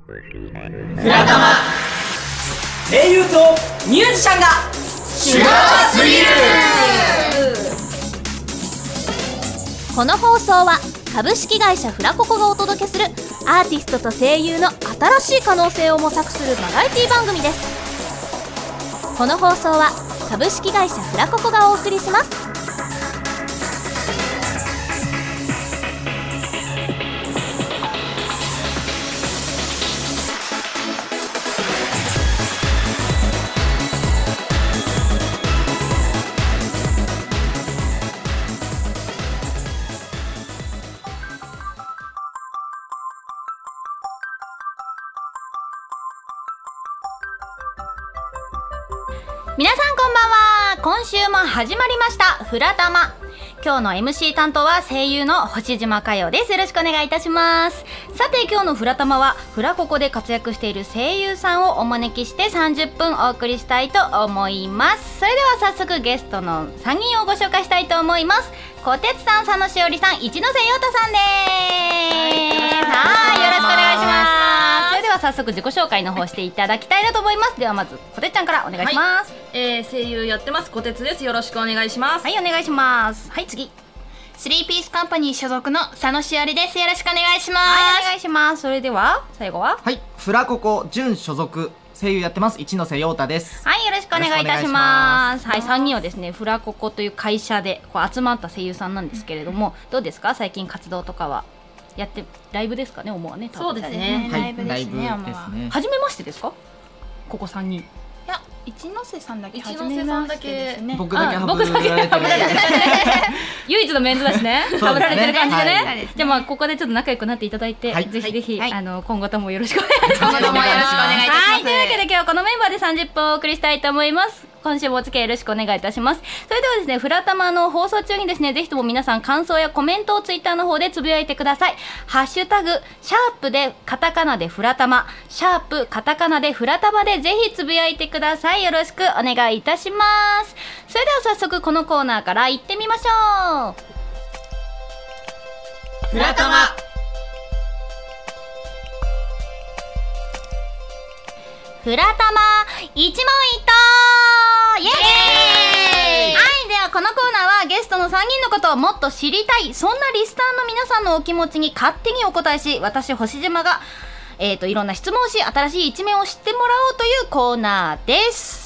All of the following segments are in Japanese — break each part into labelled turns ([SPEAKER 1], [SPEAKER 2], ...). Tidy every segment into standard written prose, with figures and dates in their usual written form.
[SPEAKER 1] フラタマ、
[SPEAKER 2] 声優とミュージシャンが
[SPEAKER 1] シュガーすぎる。
[SPEAKER 3] この放送は株式会社フラココがお届けするアーティストと声優の新しい可能性を模索するバラエティ番組です。この放送は株式会社フラココがお送りします。
[SPEAKER 4] 皆さんこんばんは。今週も始まりましたフラタマ。今日の MC 担当は声優の星島佳代です。よろしくお願いいたします。さて今日のフラタマはフラココで活躍している声優さんをお招きして30分お送りしたいと思います。それでは早速ゲストの3人をご紹介したいと思います。小鉄さん、佐野しおりさん、一ノ瀬陽太さんです。はい、よろしくお願いします。それでは早速自己紹介の方していただきたいなと思います。ではまず小鉄ちゃんからお願いします。
[SPEAKER 5] 声優やってます小鉄です。よろしくお願いします。
[SPEAKER 4] はい、お願いします。はい、次。
[SPEAKER 6] スリーピースカンパニー所属の佐野しおりです。よろしくお願いします。
[SPEAKER 4] はい、お願いします。それでは最後は、
[SPEAKER 7] はい、フラココ準所属声優やってます一ノ瀬陽太です。
[SPEAKER 4] はい、よろしくお願いいたします。はい、3人はですねフラココという会社でこう集まった声優さんなんですけれども、どうですか最近活動とかはやってライブですかね。思うはね。
[SPEAKER 5] そうですね、
[SPEAKER 7] はい、
[SPEAKER 6] ライブですね。
[SPEAKER 4] 初めましてですかここ3人。
[SPEAKER 6] いや、一ノ瀬さんだけ
[SPEAKER 5] 一ノ瀬さんだけですね。
[SPEAKER 7] 僕だけハブられてる
[SPEAKER 4] 唯一のメンズだしね。
[SPEAKER 7] そうですね
[SPEAKER 4] ハブられてる感じでね、
[SPEAKER 6] はい
[SPEAKER 4] じゃあまあここでちょっと仲良くなっていただいて、
[SPEAKER 7] はい
[SPEAKER 4] ぜひぜひ、
[SPEAKER 6] はい
[SPEAKER 4] 今後ともよろしくお願いします。
[SPEAKER 6] 今後ともよろしくお願いいたします。
[SPEAKER 4] はい、というわけで今日はこのメンバーで30分お送りしたいと思います。今週もお付き合いよろしくお願いいたします。それではですねフラタマの放送中にですねぜひとも皆さん感想やコメントをツイッターの方でつぶやいてください。ハッシュタグシャープでカタカナでフラタマ、シャープカタカナでフラタマでぜひつぶやいてください。よろしくお願いいたします。それでは早速このコーナーから行ってみましょう。
[SPEAKER 1] フラタマ。
[SPEAKER 4] フラタマ一問一答イエーイ。はい、ではこのコーナーはゲストの3人のことをもっと知りたい、そんなリスナーの皆さんのお気持ちに勝手にお答えし、私星島がいろんな質問をし新しい一面を知ってもらおうというコーナーです。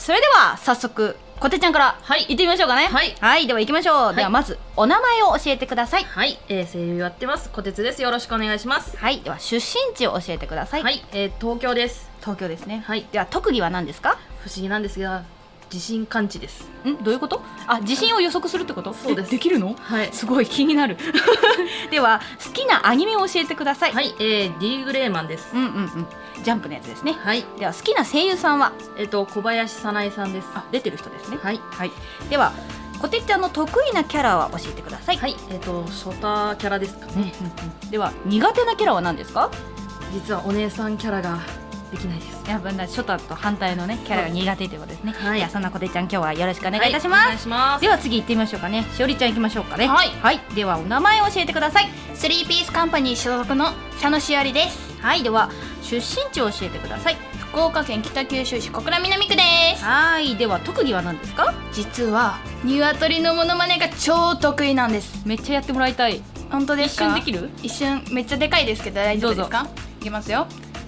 [SPEAKER 4] それでは早速小手ちゃんから行ってみましょうかね。はい、では行きましょう。ではまずお名前を教えてください。
[SPEAKER 5] はい、声優やってます小鉄です。よろしくお願いします。
[SPEAKER 4] はい、では出身地を教えてください。
[SPEAKER 5] はい、東京です。
[SPEAKER 4] 東京ですね。
[SPEAKER 5] はい、
[SPEAKER 4] では特技は何ですか？
[SPEAKER 5] 不思議なんですが地震感知です。
[SPEAKER 4] どういうこと？あ、地震を予測するってこと？
[SPEAKER 5] そうです。
[SPEAKER 4] できるの？
[SPEAKER 5] はい、
[SPEAKER 4] すごい気になるでは好きなアニメを教えてください。
[SPEAKER 5] はい、D グレーマンです。
[SPEAKER 4] ジャンプのやつですね。
[SPEAKER 5] はい。
[SPEAKER 4] では好きな声優さんは？
[SPEAKER 5] 小林早苗さんです。
[SPEAKER 4] あ、出てる人ですね。
[SPEAKER 5] はい、
[SPEAKER 4] ではこてっちゃんの得意なキャラは教えてください。
[SPEAKER 5] はい、ショタキャラですかね。
[SPEAKER 4] では苦手なキャラは何ですか？
[SPEAKER 5] 実はお姉さんキャラができないです。
[SPEAKER 4] やっぱショタと反対のねキャラが苦手ということですね。
[SPEAKER 5] はい。
[SPEAKER 4] じゃあそんなこてっちゃん今日はよろしくお願いいたします。
[SPEAKER 5] お願いします。
[SPEAKER 4] では次行ってみましょうかね。しおりちゃん行きましょうかね。
[SPEAKER 6] はい、
[SPEAKER 4] ではお名前を教えてください。
[SPEAKER 6] スリーピースカンパニー所属の佐野しおりです。
[SPEAKER 4] はい、では出身地を教えてください。
[SPEAKER 6] 福岡県北九州市小倉南区です。
[SPEAKER 4] はい、では特技は何ですか？
[SPEAKER 6] 実は鶏のモノマネが超得意なんです。
[SPEAKER 4] めっちゃやってもらいたい。
[SPEAKER 6] 本当ですか？
[SPEAKER 4] 一瞬できる？
[SPEAKER 6] 一瞬めっちゃでかいですけど大丈夫ですか？いきますよ。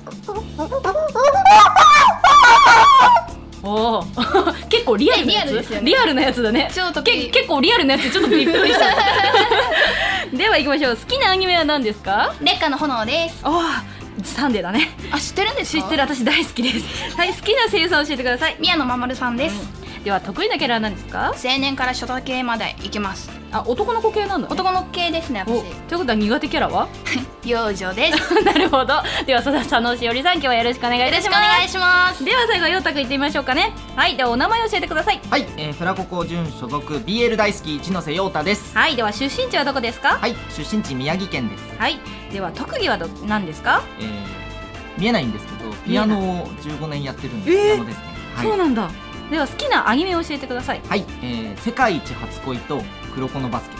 [SPEAKER 4] おー結構リアルなやつ？
[SPEAKER 6] リアルですよね。
[SPEAKER 4] リアルなやつだね。
[SPEAKER 6] 超得意。
[SPEAKER 4] 結構リアルなやつちょっとびっくりしたでは行きましょう。好きなアニメは何ですか？
[SPEAKER 6] 烈火の炎です。
[SPEAKER 4] サンデーだね。
[SPEAKER 6] あ、知ってるんですか？
[SPEAKER 4] 知ってる、私大好きです。はい、好きな声優さん教えてください。
[SPEAKER 6] 宮野真守さんです。
[SPEAKER 4] では得意なキャラは何ですか？
[SPEAKER 6] 青年から初太系まで行きます。
[SPEAKER 4] あ、男の子系なんだね。
[SPEAKER 6] 男の子系ですね、私。
[SPEAKER 4] ということは苦手キャラは？
[SPEAKER 6] 幼女です
[SPEAKER 4] なるほど。では佐野しおりさん今日はよろしくお願いいたします。
[SPEAKER 6] よろしくお願いします。
[SPEAKER 4] では最後陽太くん行ってみましょうかね。はい、ではお名前を教えてください。
[SPEAKER 7] はい、フラココ準所属 BL 大好き一ノ瀬陽太です。
[SPEAKER 4] はい、では出身地はどこですか？
[SPEAKER 7] はい、出身地宮城県です。
[SPEAKER 4] はい、では特技は何ですか？
[SPEAKER 7] 見えないんですけどピアノを15年やってるんで、ピアノですね。はい、
[SPEAKER 4] そうなんだ。では好きなアニメを教えてください。
[SPEAKER 7] はい、世界一初恋と黒子のバスケ。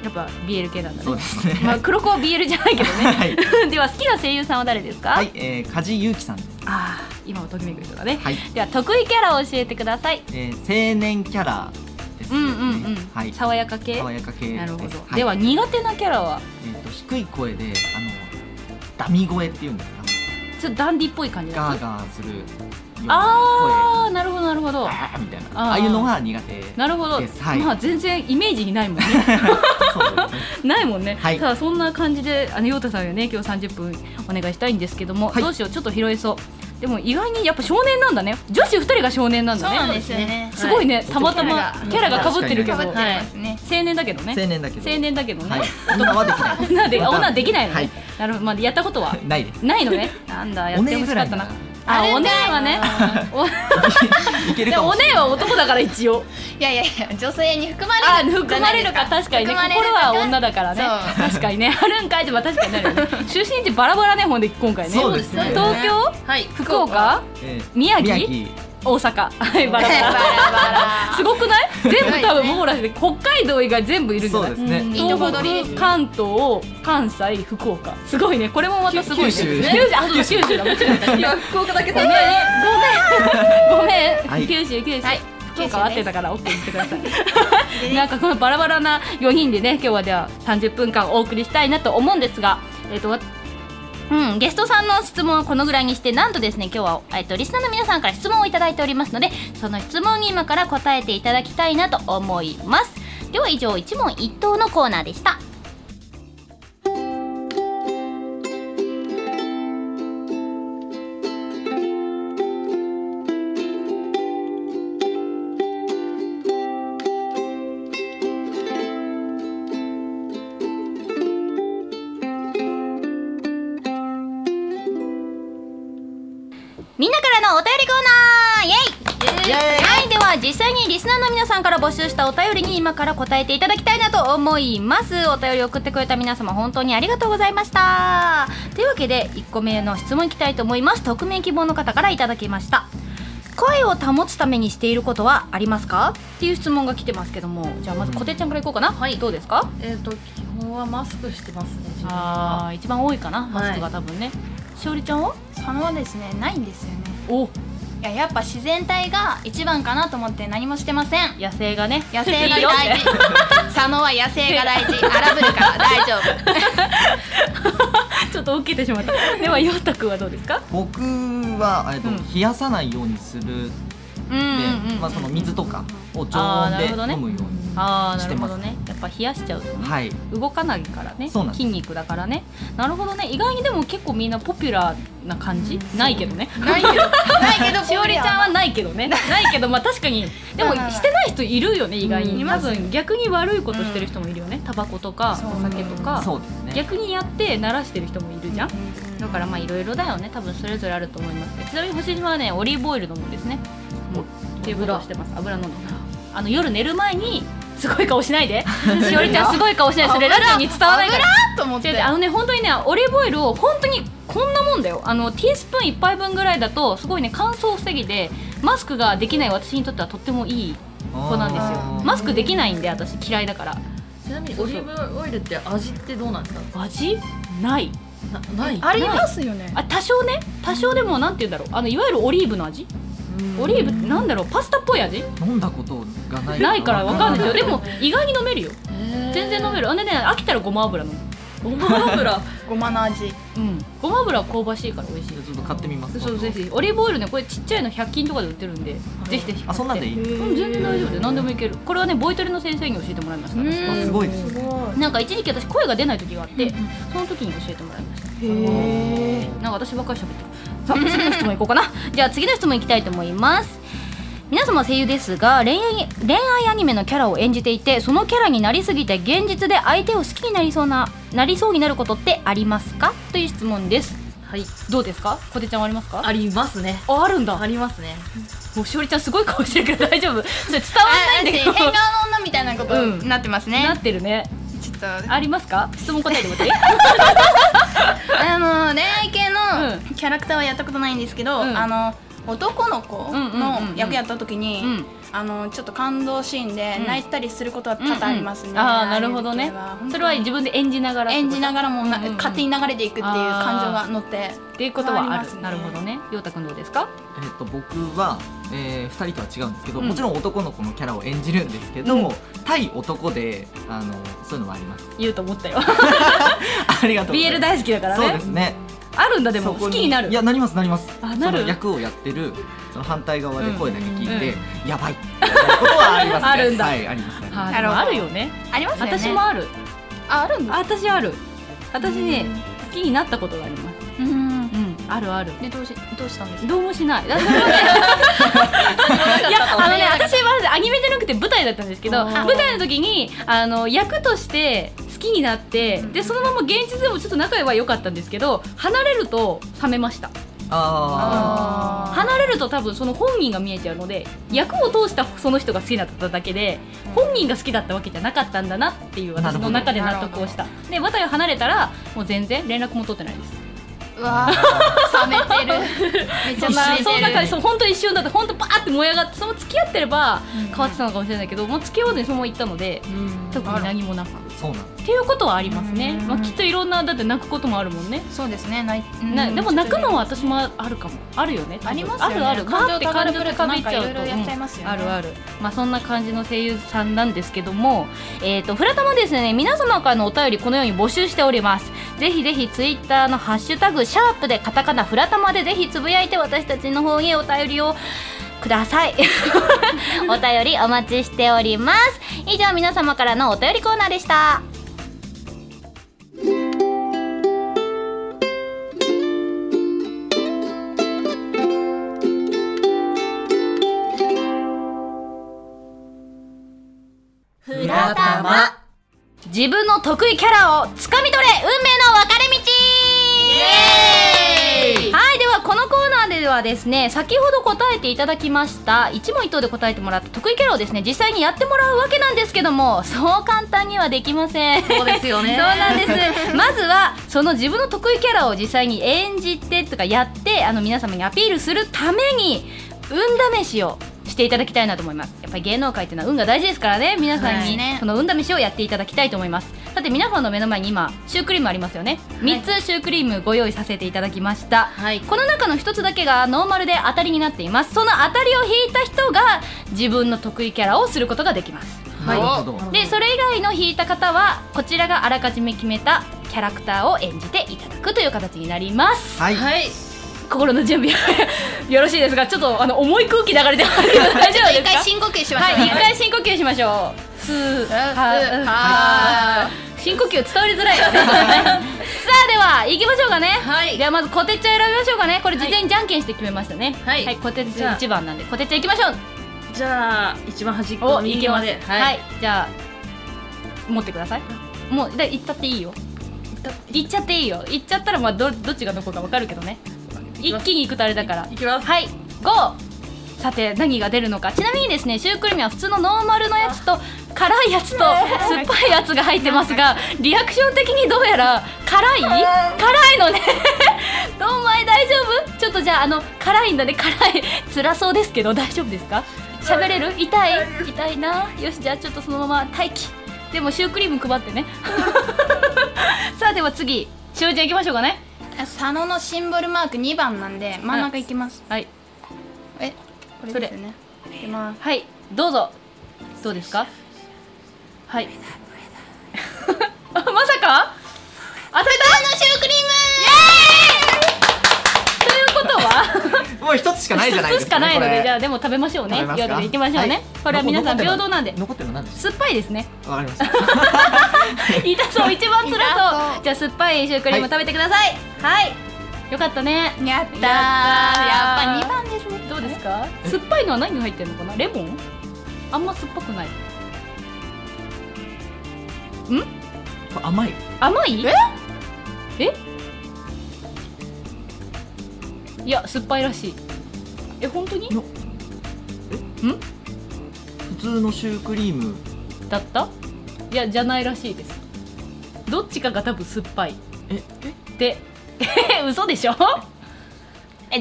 [SPEAKER 4] やっぱ BL 系なんだね。
[SPEAKER 7] そうですね。
[SPEAKER 4] まあ黒子は BL じゃないけどね。
[SPEAKER 7] はい。
[SPEAKER 4] では好きな声優さんは誰ですか？
[SPEAKER 7] はい、梶裕貴さんです。
[SPEAKER 4] ああ、今をときめく人だね。
[SPEAKER 7] はい。
[SPEAKER 4] では得意キャラを教えてください。
[SPEAKER 7] 青年キャラですね。はい。
[SPEAKER 4] 爽やか系。
[SPEAKER 7] 爽やか系です。
[SPEAKER 4] なるほど。
[SPEAKER 7] はい、
[SPEAKER 4] では苦手なキャラは？
[SPEAKER 7] 低い声でダミ声っていうんですか。
[SPEAKER 4] ちょっとダンディっぽい感じ。
[SPEAKER 7] ガーガーする。
[SPEAKER 4] ああ、なるほどなるほど。
[SPEAKER 7] みたいな、ああいうのが苦手です。
[SPEAKER 4] なるほど。
[SPEAKER 7] はい、
[SPEAKER 4] まあ全然イメージにないもんね。
[SPEAKER 7] そうですね。
[SPEAKER 4] ないもんね。
[SPEAKER 7] はい、
[SPEAKER 4] ただそんな感じで陽太さんよね、今日30分お願いしたいんですけども、はい、どうしよう、ちょっと拾えそう。でも意外にやっぱ少年なんだね。女子2人が少年なんだね。
[SPEAKER 6] そうなんですよね。
[SPEAKER 4] すごいね、たまたまキャラが被ってるけど、
[SPEAKER 6] 青
[SPEAKER 4] 年だけどね。
[SPEAKER 7] 青年だけど。
[SPEAKER 4] 青年だけどね。
[SPEAKER 7] 女はできない。
[SPEAKER 4] 女はできないのね。なるほど。まあやったことは
[SPEAKER 7] ないです。
[SPEAKER 4] ないのね。なんだ、やってほしかったな。あ、お姉はね。でもお姉は男だから一応。
[SPEAKER 6] いや女性に含まれるか。
[SPEAKER 4] 確かにね。心は女だからね。確かにね。あるんかいって確かになるよね。出身地バラバラね、ほんで今回ね。
[SPEAKER 7] そうですね。
[SPEAKER 4] 東京、福岡、宮城、大阪、はい、バラバラ。すごくない？全部多分網羅して北海道以外全部いるんじゃない？
[SPEAKER 7] そうですね。
[SPEAKER 4] 東北、関東、関西、福岡。すごいね。これもまたすごいね。九州だ。もちろん。
[SPEAKER 5] 福岡だけどね。
[SPEAKER 4] ごめん。九州。福岡は合ってたからオッケーにしてください。なんかこのバラバラな4人でね、今日はでは30分間お送りしたいなと思うんですが、ゲストさんの質問はこのぐらいにして、なんとですね、今日はリスナーの皆さんから質問をいただいておりますので、その質問に今から答えていただきたいなと思います。では以上、一問一答のコーナーでした。みんなからのお便りコーナー、イエイ。はい、では実際にリスナーの皆さんから募集したお便りに今から答えていただきたいなと思います。お便りを送ってくれた皆様本当にありがとうございました。というわけで1個目の質問いきたいと思います。匿名希望の方からいただきました。声を保つためにしていることはありますかっていう質問が来てますけども、じゃあまずこてちゃんからいこうかな。はい、どうですか？
[SPEAKER 5] 基本はマスクしてますね。
[SPEAKER 4] ああ、一番多いかな、マスクが多分ね。しおりちゃんは？
[SPEAKER 6] 佐野はですね、ないんですよね。
[SPEAKER 4] お、
[SPEAKER 6] やっぱ自然体が一番かなと思って何もしてません。
[SPEAKER 4] 野生がね、
[SPEAKER 6] 野生が大事。佐野は野生が大事。荒ぶるから大丈
[SPEAKER 4] 夫。ちょっと受けてしまった。ではヨッタくんはどうですか？
[SPEAKER 7] 僕は冷やさないようにするで、まあその水とかを常温で飲むようにしてます。
[SPEAKER 4] やっぱ冷やしちゃうとね、
[SPEAKER 7] はい、
[SPEAKER 4] 動かないからね、筋肉だからね。なるほどね。意外にでも結構みんなポピュラーな感じ？ないけどね。
[SPEAKER 6] ないけど
[SPEAKER 4] しおりちゃんはないけどね。ないけど、まあ確かにでもしてない人いるよね、意外に。多分逆に悪いことしてる人もいるよね。タバコとかお酒とか、逆にやって慣らしてる人もいるじゃん。だからまあいろいろだよね。多分それぞれあると思います。ちなみに星島はね、オリーブオイル飲むんですね。っていうことをしてます。油飲んで。夜寝る前にすごい顔しないで。しおりちゃんすごい顔しない。それラジオに伝わらないから。
[SPEAKER 6] と思って。
[SPEAKER 4] 本当にね、オリーブオイルを本当にこんなもんだよ。ティースプーン1杯分ぐらいだとすごいね、乾燥を防ぎでマスクができない私にとってはとってもいい子なんですよ。マスクできないんで私嫌いだから。
[SPEAKER 5] ちなみにオリーブオイルって味ってどうなんですか？
[SPEAKER 4] 味ない。
[SPEAKER 5] ない
[SPEAKER 6] ありますよね。
[SPEAKER 4] 多少ね、多少でもなんて言うんだろう、いわゆるオリーブの味。オリーブってなんだろう、パスタっぽい味？
[SPEAKER 7] 飲んだことが
[SPEAKER 4] ないからわかんないですよ。でも意外に飲めるよ。全然飲める。ね、飽きたらごま油飲む。
[SPEAKER 5] ごま油、
[SPEAKER 6] ごまの味。
[SPEAKER 4] ごま油は香ばしいから美味しい。
[SPEAKER 7] ちょっと買ってみます。
[SPEAKER 4] そう、ぜひ。オリーブオイルね、これちっちゃいの100均とかで売ってるんで、ぜひぜひ。
[SPEAKER 7] あ、そんなんでいい？
[SPEAKER 4] 全然大丈夫で、何でもいける。これはね、ボイトレの先生に教えてもらいました。
[SPEAKER 7] すごいです。
[SPEAKER 4] なんか一時期私声が出ない時があって、その時に教えてもらいました。なんか私ばっかり喋ってる。さあ、次の質問いこうかな。じゃあ次の質問いきたいと思います。皆様声優ですが、恋愛アニメのキャラを演じていて、そのキャラになりすぎて現実で相手を好きになりそうになることってありますか？という質問です。はい、どうですか？こてちゃんはありますか？
[SPEAKER 5] ありますね。
[SPEAKER 4] あるんだ。
[SPEAKER 5] ありますね。
[SPEAKER 4] もうしおりちゃんすごい顔してるけど大丈夫？それ伝わらないんだけど。
[SPEAKER 6] 変顔の女みたいなことになってますね。
[SPEAKER 4] なってるね。
[SPEAKER 6] ちょっと
[SPEAKER 4] ありますか？質問答えてもらっていい？
[SPEAKER 6] 恋愛系のキャラクターはやったことないんですけど、 男の子の役やった時に、ちょっと感動シーンで泣いたりすることは多々ありますね。
[SPEAKER 4] ああ、なるほどね。それは自分で演じながら
[SPEAKER 6] も勝手に流れていくっていう感情が乗って
[SPEAKER 4] っていうことはある。なるほどね。陽太くんどうですか？
[SPEAKER 7] 僕は、2人とは違うんですけど、もちろん男の子のキャラを演じるんですけど、対男でそういうのはあります。
[SPEAKER 4] 言うと思ったよ。
[SPEAKER 7] ありがとうございます。
[SPEAKER 4] BL 大好きだからね。そう
[SPEAKER 7] ですね。
[SPEAKER 4] あるんだ。でも好きになる。
[SPEAKER 7] いや、なりますなります。
[SPEAKER 4] あ、なる。
[SPEAKER 7] その役をやってるその反対側で声だけ聞いて、やばいってことはありますね。
[SPEAKER 4] あるんだ。
[SPEAKER 7] はい、ありますね。
[SPEAKER 4] あるよね。
[SPEAKER 6] ありますよね。
[SPEAKER 4] 私もある。
[SPEAKER 6] あるんだ。
[SPEAKER 4] 私ある。私ね、好きになったことがあります。あるある。
[SPEAKER 6] でどうしたんですか？
[SPEAKER 4] どうもしない。いや私はアニメじゃなくて舞台だったんですけど、舞台の時に役として好きになって、でそのまま現実でもちょっと仲は良かったんですけど、離れると冷めました。離れると多分その本人が見えちゃうので、役を通したその人が好きだっただけで本人が好きだったわけじゃなかったんだなっていう私の中で納得をした。で舞台を離れたらもう全然連絡も取ってないです。
[SPEAKER 6] うわー、冷めてる。めっちゃ冷めてる。
[SPEAKER 4] その中で本当一瞬だって本当バーって燃え上がって、その付き合ってれば変わってたのかもしれないけど、もう付き合わずにそのまま行ったので、特に何もなく。
[SPEAKER 7] そうなん
[SPEAKER 4] っていうことはありますね。きっといろんなだって泣くこともあるもんね。
[SPEAKER 6] そうですね。
[SPEAKER 4] でも泣くのは私もあるかも。あるよね。
[SPEAKER 6] ありますよね。
[SPEAKER 4] ある。バーって感情高めちゃうと
[SPEAKER 6] やっちゃいますよね。
[SPEAKER 4] あるある。まあそんな感じの声優さんなんですけども、フラタマですね、皆様からのお便りこのように募集しております。ぜひぜひツイッターのハッシュタグシャープでカタカナフラタマでぜひつぶやいて私たちの方にお便りをください。お便りお待ちしております。以上、皆様からのお便りコーナーでした。
[SPEAKER 2] フラタマ。
[SPEAKER 4] 自分の得意キャラをつかみ取れ、運命の分かれ道。はい、ではこのコーナーではですね、先ほど答えていただきました一問一答で答えてもらった得意キャラをですね、実際にやってもらうわけなんですけども、そう簡単にはできません。
[SPEAKER 5] そうですよね。
[SPEAKER 4] そうなんです。まずはその自分の得意キャラを実際に演じてとかやって皆様にアピールするために運試しをしていただきたいなと思います。やっぱり芸能界っていうのは運が大事ですからね、皆さんにその運試しをやっていただきたいと思います。さて皆さんの目の前に今シュークリームありますよね。3つシュークリームご用意させていただきました、この中の1つだけがノーマルで当たりになっています。その当たりを引いた人が自分の得意キャラをすることができます。でそれ以外の引いた方はこちらがあらかじめ決めたキャラクターを演じていただくという形になります。
[SPEAKER 5] はい、
[SPEAKER 4] 心の準備よろしいですが、ちょっと重い空気流れてますけど大丈夫ですか？
[SPEAKER 6] 一回深呼吸しましょう。
[SPEAKER 4] はい、一回深呼吸しましょう。深呼吸伝わりづらいよね。さあでは行きましょうかね。ではまずこてっちゃん選びましょうかね。これ事前にじゃんけんして決めましたね。はい、こてっちゃん1番なんでこてっちゃん行きましょう。
[SPEAKER 5] じゃあ一番端っこの右まで。
[SPEAKER 4] はい、じゃあ持ってください。もう行ったっていいよ。行っちゃっていいよ。行っちゃったらまあどっちがどこか分かるけどね。一気に行くとあれだから。
[SPEAKER 5] いきます。
[SPEAKER 4] はい、5。さて何が出るのか。ちなみにですね、シュークリームは普通のノーマルのやつと辛いやつと酸っぱいやつが入ってますが、リアクション的にどうやら辛いのね。どうも大丈夫？ちょっとじゃあ辛いんだね。辛い辛そうですけど大丈夫ですか？喋れる？痛いな。よし、じゃあちょっとそのまま待機。でもシュークリーム配ってね。さあでは次しおりちゃん行きましょうかね。
[SPEAKER 6] 佐野のシンボルマーク2番なんで真ん中行きます。
[SPEAKER 4] はい、
[SPEAKER 6] これですよね。行きます。
[SPEAKER 4] はい、どうぞ。どうですか？はい。まさか？当たった？のシュークリーム！ということは
[SPEAKER 7] もう一つしかないじゃないですか。
[SPEAKER 4] 一つしかないので、じゃあでも食べましょうね。夜で行きましょうね。これは皆さん平等なんで。
[SPEAKER 7] 残ってるの何ですか？
[SPEAKER 4] 酸っぱいですね。
[SPEAKER 7] わかりました。
[SPEAKER 4] 痛そう、一番辛そう。じゃあ酸っぱいシュークリーム食べてください。はい。よかったね。
[SPEAKER 6] やったー。やっぱ2番ですね。
[SPEAKER 4] どうですか？酸っぱいのは何が入ってるのかな？レモン？あんま酸っぱくない。
[SPEAKER 7] 甘い。
[SPEAKER 4] 甘い？え？いや酸っぱいらしい。本当に？
[SPEAKER 7] 普通のシュークリーム
[SPEAKER 4] だった？いやじゃないらしいです。どっちかが多分酸っぱい。で嘘でしょ？
[SPEAKER 6] じゃあ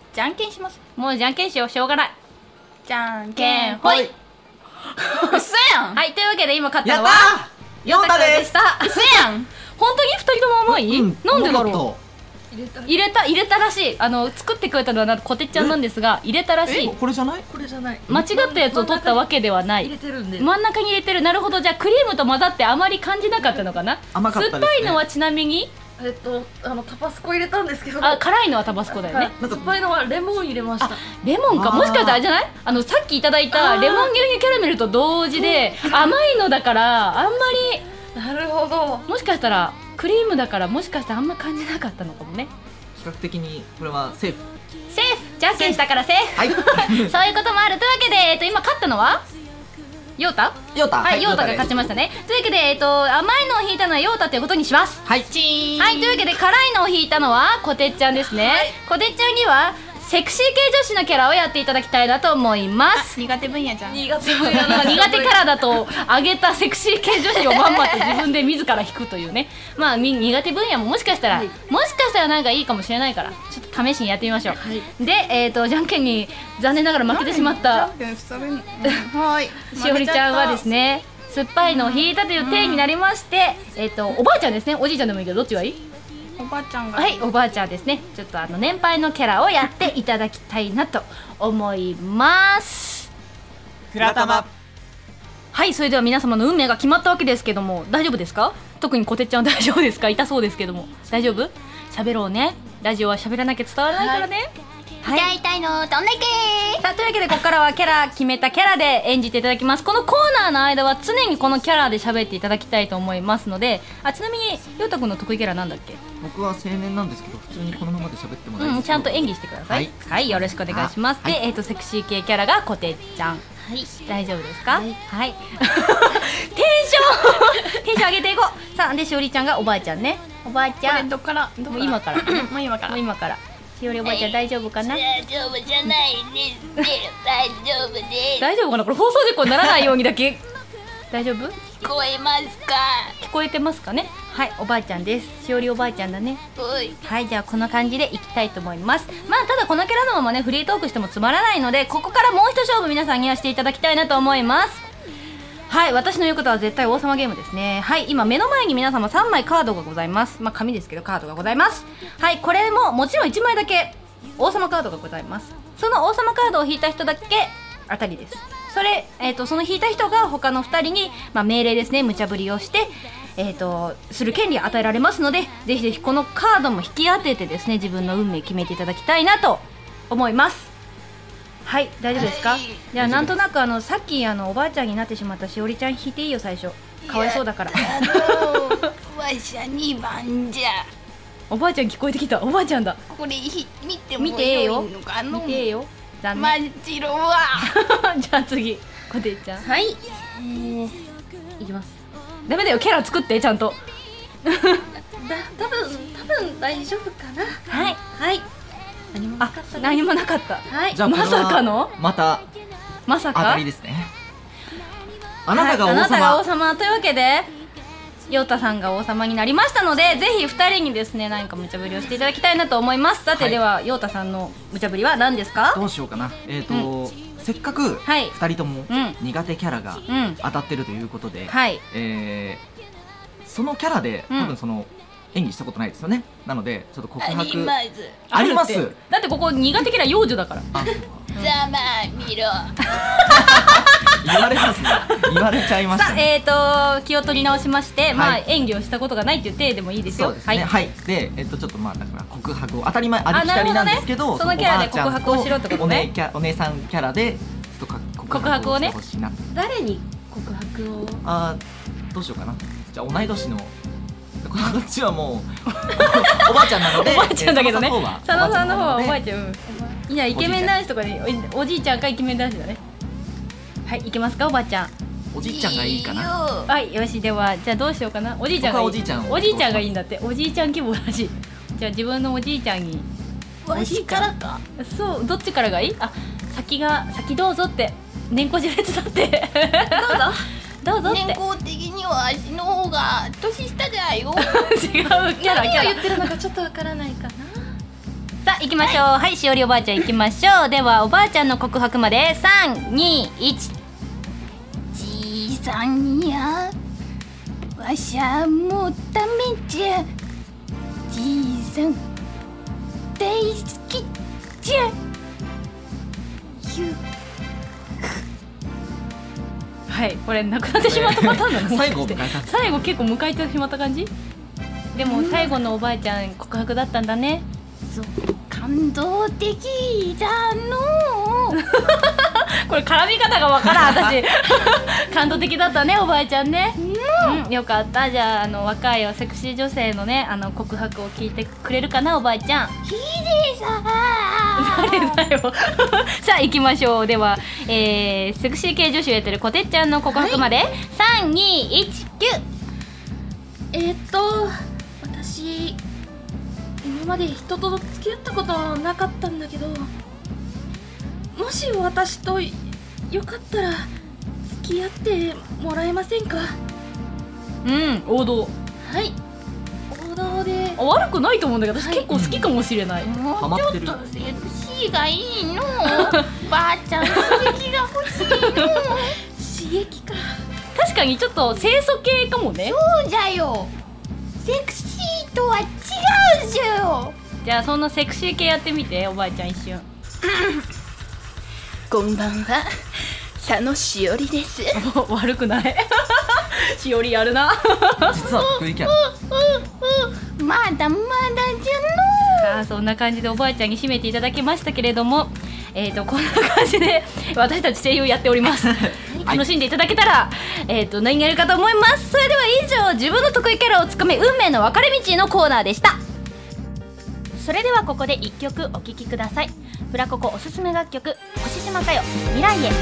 [SPEAKER 6] じゃんけんします。
[SPEAKER 4] もうじゃんけんしよう、しょうがない。
[SPEAKER 6] じゃんけんほい。嘘やん。
[SPEAKER 4] はい、というわけで今勝った
[SPEAKER 7] やった
[SPEAKER 4] のは
[SPEAKER 7] ー、ヨータで
[SPEAKER 4] した。
[SPEAKER 6] 嘘やん。
[SPEAKER 4] 本当に2人とも甘い、なんでだろう。
[SPEAKER 5] 入
[SPEAKER 4] 入れたらしい。作ってくれたのはこてっちゃんなんですが、入れたらしい。
[SPEAKER 7] これじゃない？
[SPEAKER 5] これじゃない。
[SPEAKER 4] 間違ったやつを取ったわけではない。
[SPEAKER 5] 入れてるんで。
[SPEAKER 4] 真ん中に入れてる。なるほど。じゃあクリームと混ざってあまり感じなかったのかな。
[SPEAKER 7] 甘かったですね。
[SPEAKER 4] 酸っぱいのはちなみに
[SPEAKER 5] タバスコ入れたんですけど。
[SPEAKER 4] 辛いのはタバスコだよね。
[SPEAKER 5] 酸っぱいのはレモン入れました。
[SPEAKER 4] レモンか。もしかしたらあれじゃない？さっきいただいたレモン牛乳キャラメルと同時で甘いのだからあんまり。
[SPEAKER 5] なるほど。
[SPEAKER 4] もしかしたらクリームだからもしかしたらあんま感じなかったのかもね。
[SPEAKER 7] 比較的にこれはセーフ。
[SPEAKER 4] セーフ。じゃんけんしたからセーフ。
[SPEAKER 7] はい。
[SPEAKER 4] そういうこともある。というわけで今勝ったのはヨータ？
[SPEAKER 7] ヨータ。
[SPEAKER 4] はい、ヨータが勝ちましたね。というわけで甘いのを引いたのはヨータということにします。
[SPEAKER 7] はい。
[SPEAKER 4] はい、というわけで辛いのを引いたのはこてっちゃんですね。こてっちゃんにはセクシー系女子のキャラをやっていただきたいなと思います。
[SPEAKER 6] 苦手分野じゃん。
[SPEAKER 5] 苦手分野だ。
[SPEAKER 4] 苦手キャラだとあげたセクシー系女子をまんまと自分で自ら引くというね。まあ苦手分野ももしかしたら、なんかいいかもしれないからちょっと試しにやってみましょう。
[SPEAKER 5] はい、
[SPEAKER 4] でじゃんけんに残念ながら負けてしまったしおりちゃんはですね、酸っぱいのを引いたという体になりまして、おばあちゃんですね。おじいちゃんでもいいけどどっちがいい？
[SPEAKER 6] おばあちゃんが。
[SPEAKER 4] はい、おばあちゃんですね。ちょっと年配のキャラをやっていただきたいなと思います。
[SPEAKER 1] フラタマ。
[SPEAKER 4] はい、それでは皆様の運命が決まったわけですけども、大丈夫ですか？特にこてっちゃん大丈夫ですか？痛そうですけども大丈夫？喋ろうね。ラジオは喋らなきゃ伝わらないからね。はい、
[SPEAKER 3] 痛いの飛んでけ
[SPEAKER 4] さあ、というわけでここからは決めたキャラで演じていただきます。このコーナーの間は常にこのキャラで喋っていただきたいと思いますので、ちなみにヨウタ君の得意キャラなんだっけ？
[SPEAKER 7] 僕は青年なんですけど普通にこのままで喋っても大丈夫です。
[SPEAKER 4] ちゃんと演技してください。はい、よろしくお願いします。で、セクシー系キャラがこてっちゃん。はい、大丈夫ですか？はい、テンション上げていこう。さあ、でしおりちゃんがおばあちゃんね。おばあちゃん、
[SPEAKER 6] どっから
[SPEAKER 4] もう今から
[SPEAKER 6] もう今から
[SPEAKER 4] しおりおばあちゃん大丈夫かな？
[SPEAKER 2] 大丈夫じゃないです。大丈夫です。
[SPEAKER 4] 大丈夫かな？これ放送事故にならないようにだけ大丈夫？
[SPEAKER 2] 聞こえますか？
[SPEAKER 4] 聞こえてますかね？はい、おばあちゃんです。しおりおばあちゃんだね。はい、じゃあこんな感じでいきたいと思います。ただこのキャラのままねフリートークしてもつまらないので、ここからもう一勝負皆さんにはしていただきたいなと思います。はい、私の言うことは絶対王様ゲームですね。はい、今目の前に皆様3枚カードがございます。紙ですけどカードがございます。はい、これももちろん1枚だけ王様カードがございます。その王様カードを引いた人だけ当たりです。その引いた人が他の2人に、命令ですね、無茶ぶりをして、する権利が与えられますので、ぜひぜひこのカードも引き当ててですね、自分の運命決めていただきたいなと思います。はい、大丈夫ですか？じゃあなんとなくさっきおばあちゃんになってしまったしおりちゃん引いていいよ。最初かわいそうだから。
[SPEAKER 2] わしゃ2番じゃ。
[SPEAKER 4] おばあちゃん聞こえてきた。おばあちゃんだ。
[SPEAKER 2] これ見ても
[SPEAKER 4] 見て
[SPEAKER 2] よいのかの？
[SPEAKER 4] 見てよ。残
[SPEAKER 2] マ
[SPEAKER 4] 念。
[SPEAKER 2] ジロは
[SPEAKER 4] じゃあ次こてっちゃん。
[SPEAKER 5] はい。いきます。
[SPEAKER 4] ダメだよ、キャラ作ってちゃんと。
[SPEAKER 5] 多分大丈夫かな。
[SPEAKER 4] はい
[SPEAKER 5] はい。何もなかったです。
[SPEAKER 4] 何もなかった。
[SPEAKER 5] はい。
[SPEAKER 7] じゃあこれは
[SPEAKER 4] まさかの
[SPEAKER 7] また
[SPEAKER 4] まさか
[SPEAKER 7] 当たりですね。あなたが王
[SPEAKER 4] はい、あなたが王
[SPEAKER 7] 様。
[SPEAKER 4] 様というわけでヨウタさんが王様になりましたので、ぜひ2人にですね何か無茶ぶりをしていただきたいなと思います。さて、
[SPEAKER 7] はい、
[SPEAKER 4] ではヨウタさんの無茶ぶりは何ですか？
[SPEAKER 7] どうしようかな。せっかく
[SPEAKER 4] はい
[SPEAKER 7] 2人とも
[SPEAKER 4] うん
[SPEAKER 7] 苦手キャラが当たってるということで、
[SPEAKER 4] はい
[SPEAKER 7] そのキャラで
[SPEAKER 4] うん
[SPEAKER 7] 多分その演技したことないですよね。なのでちょっと告白
[SPEAKER 2] あります。
[SPEAKER 7] あります
[SPEAKER 4] るってだってここ苦手キャラ幼女だから。
[SPEAKER 7] あ
[SPEAKER 2] ざまあ見ろ。
[SPEAKER 7] 言われますね。言われちゃいまし
[SPEAKER 4] さ
[SPEAKER 7] たね。
[SPEAKER 4] あ気を取り直しまして、
[SPEAKER 7] はい
[SPEAKER 4] 演技をしたことがないっていう体でもいいですよ。
[SPEAKER 7] そうですね。はい。でちょっとだから告白を当たり前ありき
[SPEAKER 4] なるほどね
[SPEAKER 7] たりなんですけど、
[SPEAKER 4] そのキャラで
[SPEAKER 7] おばあちゃん
[SPEAKER 4] 告白をしろってことね
[SPEAKER 7] お姉さんキャラでちょっと告白をしてほしいな。
[SPEAKER 5] 誰に告白を？
[SPEAKER 7] どうしようかな。じゃあ同い年のこっちはもうおばあちゃんなので、
[SPEAKER 4] おばあちゃんだけどね。佐野さんの方はおばあ
[SPEAKER 7] ゃん
[SPEAKER 4] ちゃん。いやイケメン男子とかでおじいちゃんかイケメン男子だね。はい、いけますかおばあちゃん。
[SPEAKER 7] おじいちゃんがいいかな。
[SPEAKER 4] はい、よし、ではじゃあどうしようかな。おじいちゃんがいい。
[SPEAKER 7] 僕はおじいちゃん
[SPEAKER 4] おじいちゃんがいいんだって。おじいちゃん希望らしい。じゃあ自分のおじいちゃんに。
[SPEAKER 2] わしからか。
[SPEAKER 4] そう、どっちからがいい？先どうぞって年功序列だって。どうぞって
[SPEAKER 2] 年功的には足の方が年下だよ。
[SPEAKER 4] 違うキャラ
[SPEAKER 5] 何を言ってるのかちょっとわからないかな。
[SPEAKER 4] さあ行きましょう。はい、しおりおばあちゃん行きましょう。ではおばあちゃんの告白まで3、2、1。
[SPEAKER 2] じいさんやわしゃもうダメじゃ。じいさん大好きじゃ。
[SPEAKER 4] はい、これなくなってしまったパターンなの。
[SPEAKER 7] 最後を迎えた。
[SPEAKER 4] 最後結構迎えてしまった感じ。でも最後のおばあちゃん告白だったんだね。
[SPEAKER 2] そう、感動的だの
[SPEAKER 4] これ絡み方がわからん私感動的だったねおばあちゃんね。よかった。じゃあ若いセクシー女性のね告白を聞いてくれるかなおばあちゃん。
[SPEAKER 2] ヒデさん
[SPEAKER 4] 誰だよさあ行きましょう。では、セクシー系女子をやってるこてっちゃんの告白まで、3、2、1、9。
[SPEAKER 5] 私今まで人と付き合ったことなかったんだけど、もし私とよかったら付き合ってもらえませんか？
[SPEAKER 4] 王道。
[SPEAKER 5] はい、王道で。
[SPEAKER 4] 悪くないと思うんだけど、私結構好きかもしれない。
[SPEAKER 2] もうちょっとセクシーがいいのばあちゃん刺激が欲しいの
[SPEAKER 5] 刺激か。
[SPEAKER 4] 確かにちょっと清楚系かもね。
[SPEAKER 2] そうじゃよ、セクシーとは違うじゃよ。
[SPEAKER 4] じゃあそんなセクシー系やってみておばあちゃん一瞬
[SPEAKER 6] こんばんは、佐野しおりです。
[SPEAKER 4] 悪くないしおりやるな
[SPEAKER 7] 実は得意キャラ。
[SPEAKER 2] まだまだじゃ
[SPEAKER 4] さあそんな感じでおばあちゃんに締めていただきましたけれども、こんな感じで私たち声優やっております楽しんでいただけたら、何やるかと思います。それでは以上、自分の得意キャラをつかめ運命の分かれ道のコーナーでした。それではここで1曲お聴きください。フラココおすすめ楽曲、星島かよ、未来へ。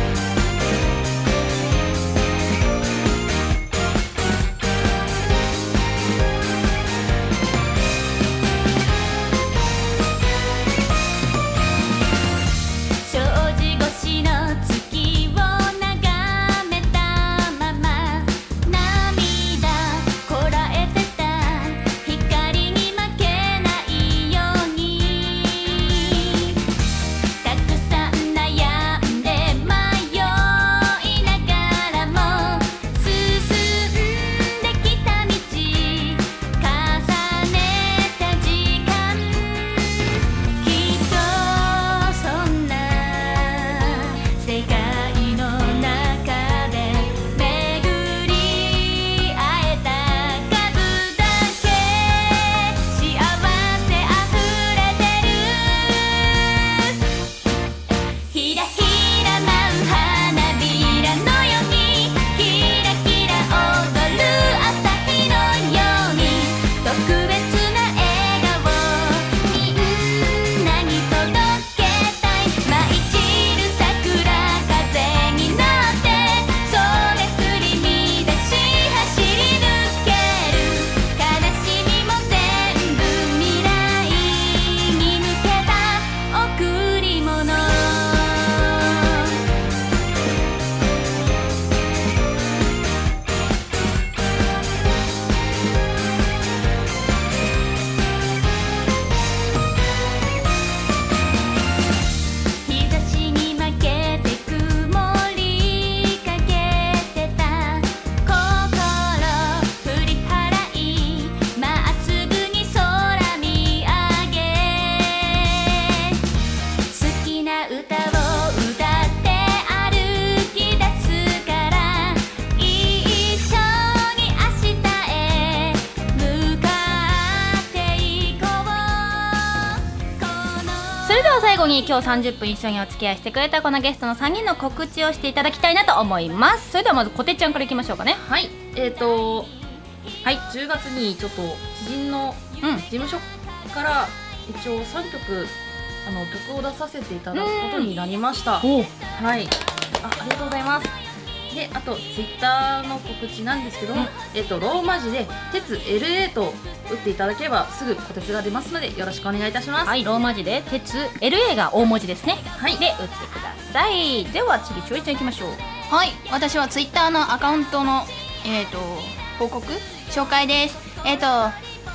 [SPEAKER 4] 最後に今日30分一緒にお付き合いしてくれたこのゲストの3人の告知をしていただきたいなと思います。それではまずこてっちゃんからいきましょうかね。
[SPEAKER 5] はい、はい、10月にちょっと知人の事務所から一応3曲曲を出させていただくことになりました。はい、ありがとうございます。で、あとツイッターの告知なんですけども、ローマ字で鉄 LA と打っていただければすぐ小鉄が出ますのでよろしくお願いいたします。
[SPEAKER 4] はい、ローマ字で鉄 LA が大文字ですね。はい、で打ってください。では次しおりちゃんいきましょう。
[SPEAKER 6] はい、私はツイッターのアカウントの報告紹介です。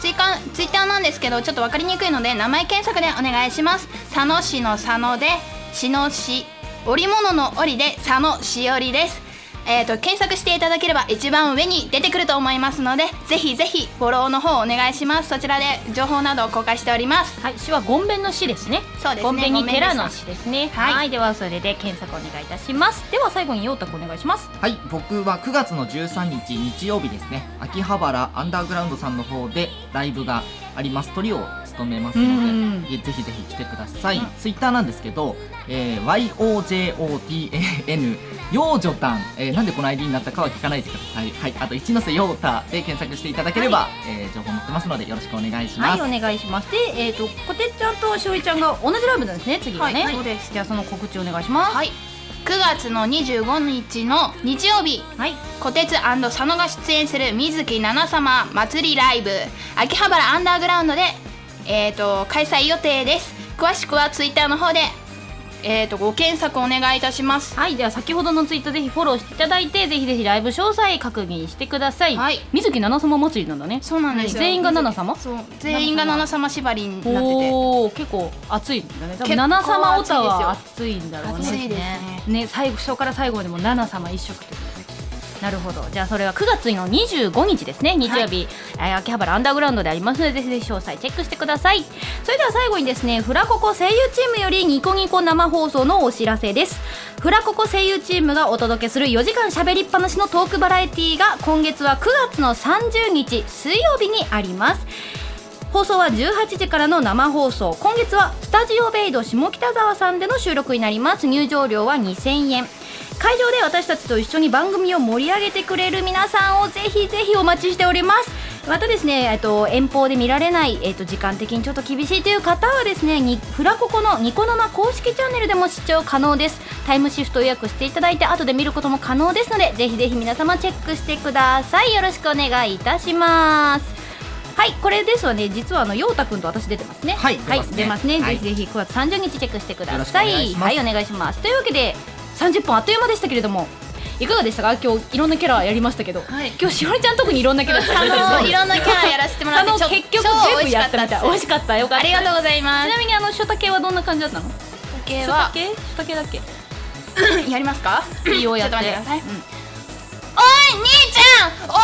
[SPEAKER 6] ツイッターなんですけどちょっと分かりにくいので名前検索でお願いします。佐野市の佐野でしのし織物の織で佐野しおりです。検索していただければ一番上に出てくると思いますので、ぜひぜひフォローの方お願いします。そちらで情報などを公開しております。
[SPEAKER 4] はい、市はごんべんの市ですね。
[SPEAKER 6] そうですね、
[SPEAKER 4] ごんべんに寺の市ですね。
[SPEAKER 6] はい、
[SPEAKER 4] はい、ではそれで検索お願いいたします。では最後に陽太くんお願いします。
[SPEAKER 7] はい、僕は9月の13日日曜日ですね、秋葉原アンダーグラウンドさんの方でライブがあります。トリを務めますので、ぜひぜひ来てください。ツイッターなんですけど、YOJOTAN ヨージョタン、なんでこの ID になったかは聞かないでください。はい、あと一ノ瀬陽太で検索していただければ、情報載ってますのでよろしくお願いします。
[SPEAKER 4] はい、お願いします。で、こてっちゃんとしおりちゃんが同じライブなんですね、次はね。
[SPEAKER 6] はい、そうです。
[SPEAKER 4] じゃあその告知お願いします。
[SPEAKER 6] はい、9月の25日の日曜日、はい、こてつ&佐野が出演する水木奈々様祭りライブ秋葉原アンダーグラウンドで、開催予定です。詳しくはツイッターの方でご検索お願いいたします。
[SPEAKER 4] はい、では先ほどのツイートぜひフォローしていただいて、ぜひぜひライブ詳細確認してください。はい、水木奈々様祭りなんだね。
[SPEAKER 6] そうなんですよ。
[SPEAKER 4] 全員が奈々様？
[SPEAKER 6] そう、全員が奈々様縛りになってて、
[SPEAKER 4] おー、結構熱いんだね。多分奈々様オタは熱いんだろうね。
[SPEAKER 6] 熱いですね。
[SPEAKER 4] 最初から最後までも奈々様一色ということで。なるほど。じゃあそれは9月の25日ですね、日曜日、秋葉原アンダーグラウンドでありますので、ぜひぜひ詳細チェックしてください。それでは最後にですね、フラココ声優チームよりニコニコ生放送のお知らせです。フラココ声優チームがお届けする4時間しゃべりっぱなしのトークバラエティーが今月は9月の30日水曜日にあります。放送は18時からの生放送。今月はスタジオベイド下北沢さんでの収録になります。入場料は2000円。会場で私たちと一緒に番組を盛り上げてくれる皆さんをぜひぜひお待ちしております。またですね、遠方で見られない、時間的にちょっと厳しいという方はですね、フラココのニコ生公式チャンネルでも視聴可能です。タイムシフト予約していただいて後で見ることも可能ですので、ぜひぜひ皆様チェックしてください。よろしくお願いいたします。はい、これですわね、実は陽太くんと私出てますね。
[SPEAKER 7] はい、
[SPEAKER 4] 出ますね。ぜひぜひ9月30日チェックしてください。はい、お願いします。というわけで30分あっという間でしたけれども、いかがでしたか？今日いろんなキャラやりましたけど、はい、今日しおりちゃん特にいろんなキャラ
[SPEAKER 6] いろんなキャラやらせてもらって
[SPEAKER 4] 結局全部やったみたい。美味しかった、よかった。
[SPEAKER 6] ありがとうございます。
[SPEAKER 4] ちなみにショタ系はどんな感じだったの？ショタ系だっけ
[SPEAKER 6] やりますか？
[SPEAKER 4] いいよ、やって。
[SPEAKER 6] ちょっと待ってください。おい兄ちゃん、俺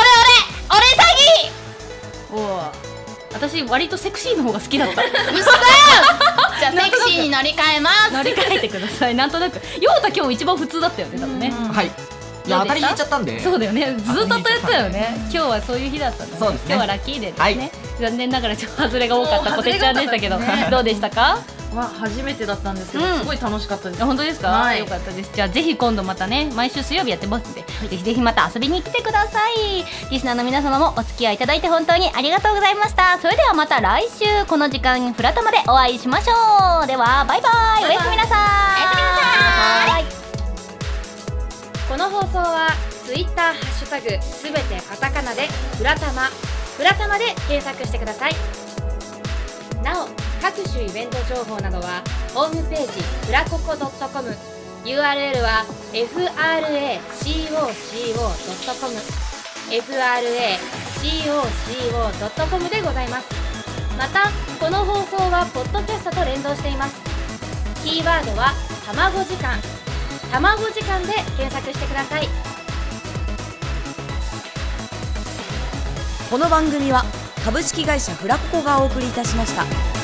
[SPEAKER 6] 詐欺。
[SPEAKER 4] おー、私割とセクシーの方が好きだった。
[SPEAKER 6] うっそじゃあセクシーに乗り換えます。
[SPEAKER 4] 乗り換えてください。なんとなく陽太今日一番普通だったよね、多分ね。
[SPEAKER 7] はい、いや当たり入れちゃったんで。
[SPEAKER 4] そうだよね、ずっとやったよね。今日はそういう日だったんだね。
[SPEAKER 7] そうですね。
[SPEAKER 4] 今日はラッキーデーですね。残念ながらちょっと外れが多かったこてっちゃんでしたけど、どうでしたか？
[SPEAKER 5] 初めてだったんですけど、すごい楽しかったです。
[SPEAKER 4] 本当ですか？よかったです。じゃあぜひ今度またね、毎週水曜日やってますので、ぜひぜひまた遊びに来てください。リスナーの皆様もお付き合いいただいて本当にありがとうございました。それではまた来週この時間フラタマでお会いしましょう。ではバイバイ。おやすみなさい。
[SPEAKER 3] この放送はツイッターハッシュタグすべてカタカナでフラタマで検索してください。なお各種イベント情報などはホームページフラココ .com、 URL は fracoco.com でございます。またこの放送はポッドキャストと連動しています。キーワードは卵時間で検索してください。
[SPEAKER 8] この番組は株式会社フラココがお送りいたしました。